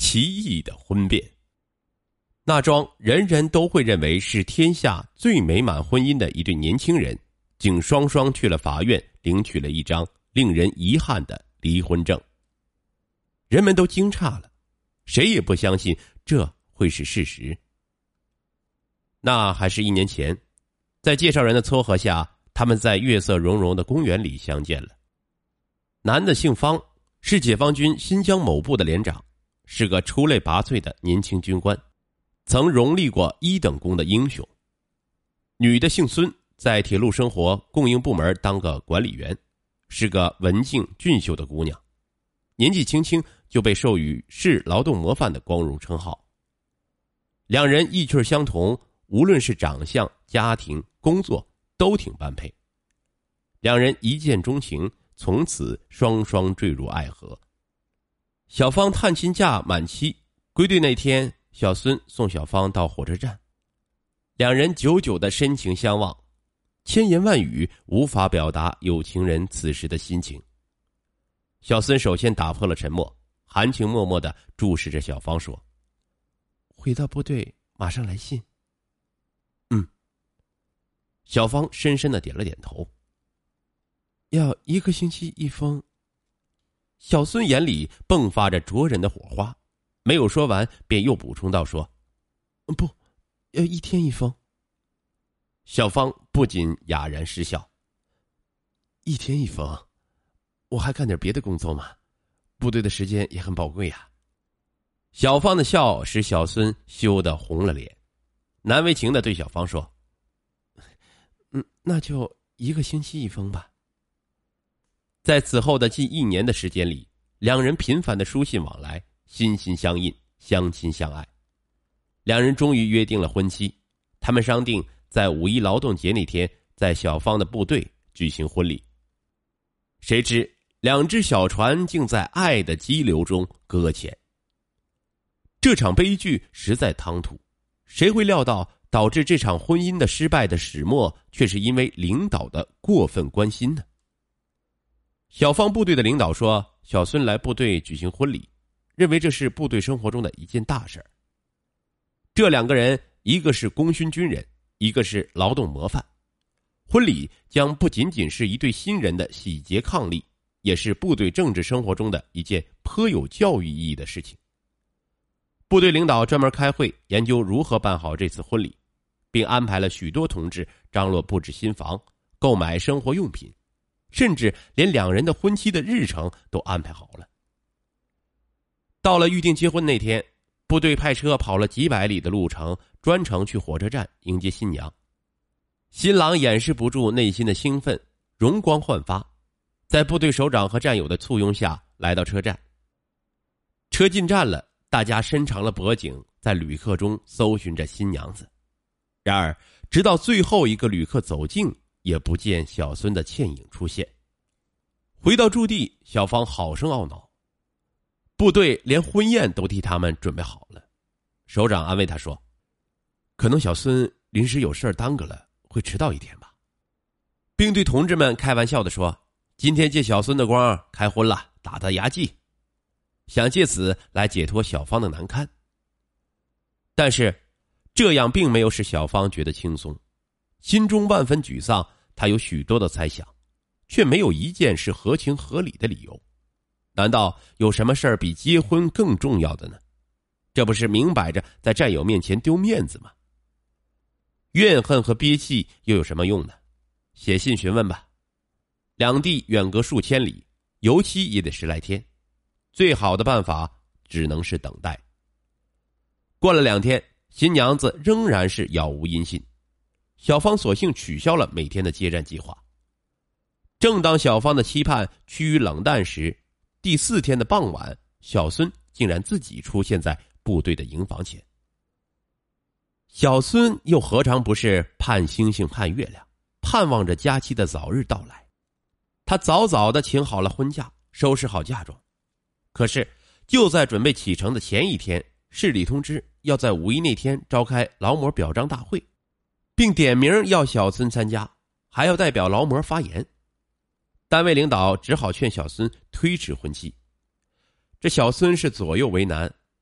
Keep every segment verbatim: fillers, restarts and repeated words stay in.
奇异的婚变。那桩人人都会认为是天下最美满婚姻的一对年轻人，竟双双去了法院领取了一张令人遗憾的离婚证。人们都惊诧了，谁也不相信这会是事实。那还是一年前，在介绍人的撮合下，他们在月色融融的公园里相见了。男的姓方，是解放军新疆某部的连长，是个出类拔萃的年轻军官，曾荣立过一等功的英雄。女的姓孙，在铁路生活供应部门当个管理员，是个文静俊秀的姑娘，年纪轻轻就被授予市劳动模范的光荣称号。两人意趣相同，无论是长相、家庭、工作都挺般配。两人一见钟情，从此双双坠入爱河。小芳探亲假满期归队那天，小孙送小芳到火车站，两人久久的深情相望，千言万语无法表达有情人此时的心情。小孙首先打破了沉默，含情脉脉地注视着小芳说：“回到部队马上来信。”嗯。小芳深深地点了点头。要一个星期一封。小孙眼里迸发着灼人的火花，没有说完便又补充道说：“不，要一天一封。”小芳不禁哑然失笑：“一天一封？我还干点别的工作吗？部队的时间也很宝贵呀。”小芳的笑使小孙羞得红了脸，难为情地对小芳说：“嗯，那就一个星期一封吧。”在此后的近一年的时间里，两人频繁的书信往来，心心相印，相亲相爱。两人终于约定了婚期，他们商定在五一劳动节那天在小芳的部队举行婚礼。谁知两只小船竟在爱的激流中搁浅。这场悲剧实在唐突，谁会料到导致这场婚姻的失败的始末却是因为领导的过分关心呢？小芳部队的领导说，小孙来部队举行婚礼，认为这是部队生活中的一件大事。这两个人，一个是功勋军人，一个是劳动模范，婚礼将不仅仅是一对新人的喜结伉俪，也是部队政治生活中的一件颇有教育意义的事情。部队领导专门开会研究如何办好这次婚礼，并安排了许多同志张罗布置新房，购买生活用品，甚至连两人的婚期的日程都安排好了。到了预定结婚那天，部队派车跑了几百里的路程，专程去火车站迎接新娘。新郎掩饰不住内心的兴奋，容光焕发，在部队首长和战友的簇拥下来到车站。车进站了，大家伸长了脖颈，在旅客中搜寻着新娘子。然而直到最后一个旅客走近，也不见小孙的倩影出现。回到驻地，小芳好生懊恼，部队连婚宴都替他们准备好了。首长安慰他说，可能小孙临时有事耽搁了，会迟到一天吧，并对同志们开玩笑地说，今天借小孙的光开荤了，打他牙祭，想借此来解脱小芳的难堪。但是这样并没有使小芳觉得轻松，心中万分沮丧，她有许多的猜想，却没有一件是合情合理的理由。难道有什么事儿比结婚更重要的呢？这不是明摆着在战友面前丢面子吗？怨恨和憋气又有什么用呢？写信询问吧。两地远隔数千里，邮期也得十来天，最好的办法只能是等待。过了两天，新娘子仍然是杳无音信，小芳索性取消了每天的接站计划。正当小芳的期盼趋于冷淡时，第四天的傍晚，小孙竟然自己出现在部队的营房前。小孙又何尝不是盼星星盼月亮，盼望着假期的早日到来。他早早的请好了婚假，收拾好嫁妆。可是就在准备启程的前一天，市里通知要在五一那天召开劳模表彰大会，并点名要小孙参加，还要代表劳模发言。单位领导只好劝小孙推迟婚期。这小孙是左右为难，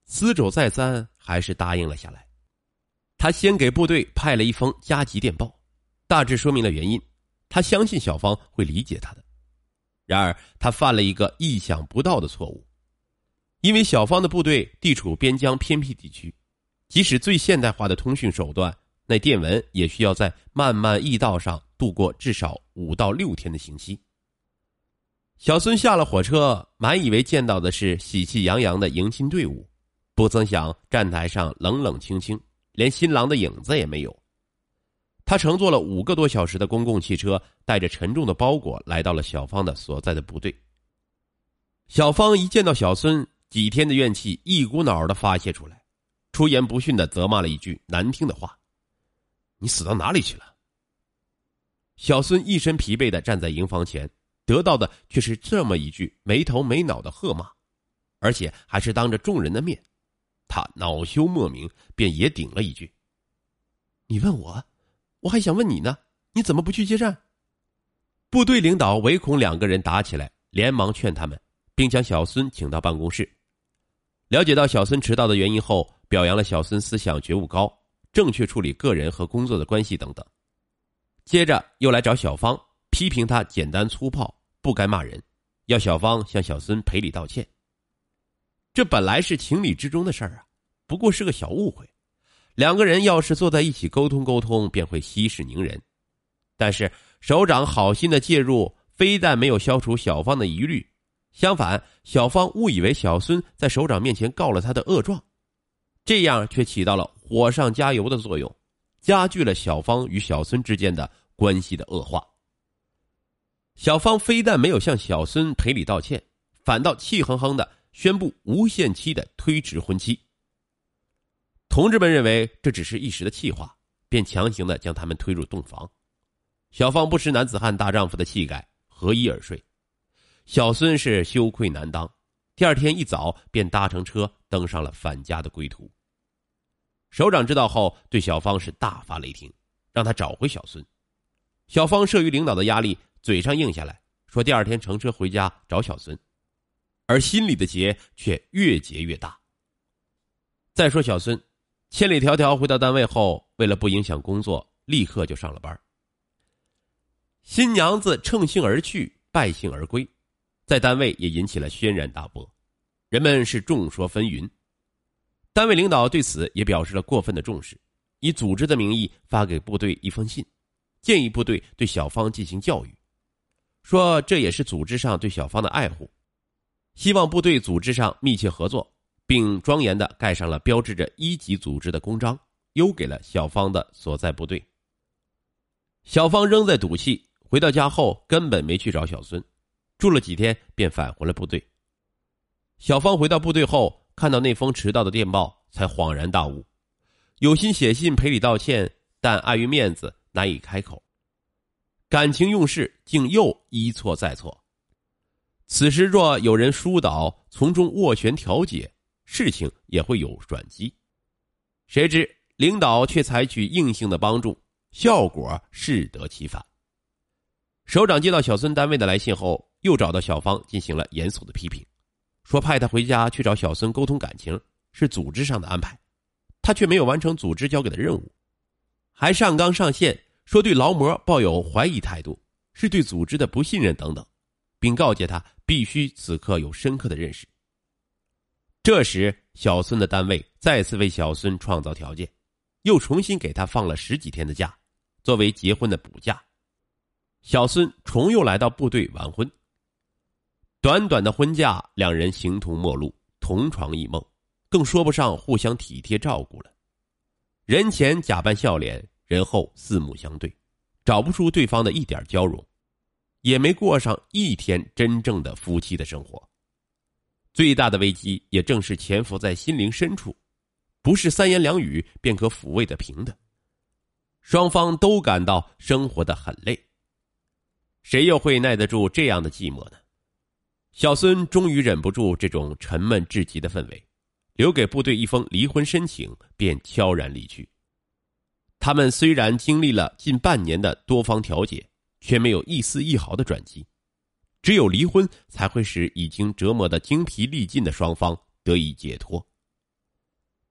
思忖再三，还是答应了下来。他先给部队派了一封加急电报，大致说明了原因，他相信小芳会理解他的。然而他犯了一个意想不到的错误，因为小芳的部队地处边疆偏僻地区，即使最现代化的通讯手段，那电文也需要在漫漫驿道上度过至少五到六天的行期。小孙下了火车，满以为见到的是喜气洋洋的迎亲队伍，不曾想站台上冷冷清清，连新郎的影子也没有。他乘坐了五个多小时的公共汽车，带着沉重的包裹来到了小芳的所在的部队。小芳一见到小孙，几天的怨气一股脑的发泄出来，出言不逊的责骂了一句难听的话：你死到哪里去了？小孙一身疲惫的站在营房前，得到的却是这么一句没头没脑的喝骂，而且还是当着众人的面。他恼羞莫名，便也顶了一句：你问我，我还想问你呢，你怎么不去接站？部队领导唯恐两个人打起来，连忙劝他们，并将小孙请到办公室。了解到小孙迟到的原因后，表扬了小孙思想觉悟高，正确处理个人和工作的关系等等。接着又来找小芳，批评他简单粗暴，不该骂人，要小芳向小孙赔礼道歉。这本来是情理之中的事儿啊，不过是个小误会。两个人要是坐在一起沟通沟通，便会息事宁人。但是首长好心的介入，非但没有消除小芳的疑虑，相反，小芳误以为小孙在首长面前告了他的恶状，这样却起到了火上加油的作用，加剧了小芳与小孙之间的关系的恶化。小芳非但没有向小孙赔礼道歉，反倒气哼哼的宣布无限期的推迟婚期。同志们认为这只是一时的气话，便强行的将他们推入洞房。小芳不失男子汉大丈夫的气概，合衣而睡。小孙是羞愧难当，第二天一早便搭乘车登上了返家的归途。首长知道后，对小芳是大发雷霆，让他找回小孙。小芳慑于领导的压力，嘴上应下来，说第二天乘车回家找小孙，而心里的结却越结越大。再说小孙千里迢迢回到单位后，为了不影响工作，立刻就上了班。新娘子乘兴而去，败兴而归，在单位也引起了轩然大波，人们是众说纷纭。单位领导对此也表示了过分的重视，以组织的名义发给部队一封信，建议部队对小芳进行教育，说这也是组织上对小芳的爱护，希望部队组织上密切合作，并庄严地盖上了标志着一级组织的公章，邮给了小芳的所在部队。小芳仍在赌气，回到家后根本没去找小孙，住了几天便返回了部队。小芳回到部队后，看到那封迟到的电报，才恍然大悟，有心写信赔礼道歉，但碍于面子难以开口，感情用事竟又一错再错。此时若有人疏导，从中斡旋调解，事情也会有转机。谁知领导却采取硬性的帮助，效果适得其反。首长接到小孙单位的来信后，又找到小芳进行了严肃的批评，说派他回家去找小孙沟通感情，是组织上的安排，他却没有完成组织交给的任务，还上纲上线说对劳模抱有怀疑态度，是对组织的不信任等等，并告诫他必须此刻有深刻的认识。这时小孙的单位再次为小孙创造条件，又重新给他放了十几天的假，作为结婚的补假。小孙重又来到部队完婚。短短的婚假，两人形同陌路，同床异梦，更说不上互相体贴照顾了。人前假扮笑脸，人后四目相对，找不出对方的一点交融，也没过上一天真正的夫妻的生活。最大的危机也正是潜伏在心灵深处，不是三言两语便可抚慰的平的。双方都感到生活的很累，谁又会耐得住这样的寂寞呢？小孙终于忍不住这种沉闷至极的氛围，留给部队一封离婚申请，便悄然离去。他们虽然经历了近半年的多方调解，却没有一丝一毫的转机，只有离婚才会使已经折磨得精疲力尽的双方得以解脱。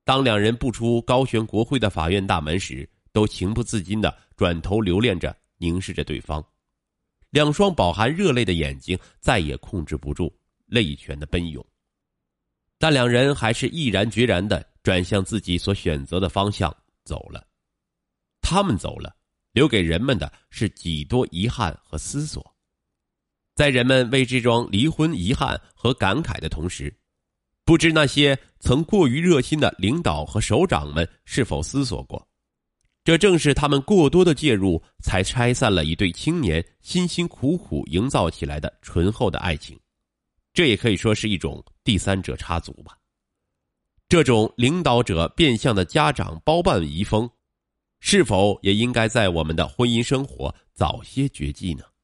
当两人步出高悬国会的法院大门时，都情不自禁地转头留恋着，凝视着对方。两双饱含热泪的眼睛再也控制不住泪泉的奔涌，但两人还是毅然决然地转向自己所选择的方向走了。他们走了，留给人们的是几多遗憾和思索。在人们为这桩离婚遗憾和感慨的同时，不知那些曾过于热心的领导和首长们是否思索过，这正是他们过多的介入，才拆散了一对青年辛辛苦苦营造起来的醇厚的爱情。这也可以说是一种第三者插足吧。这种领导者变相的家长包办遗风，是否也应该在我们的婚姻生活早些绝迹呢？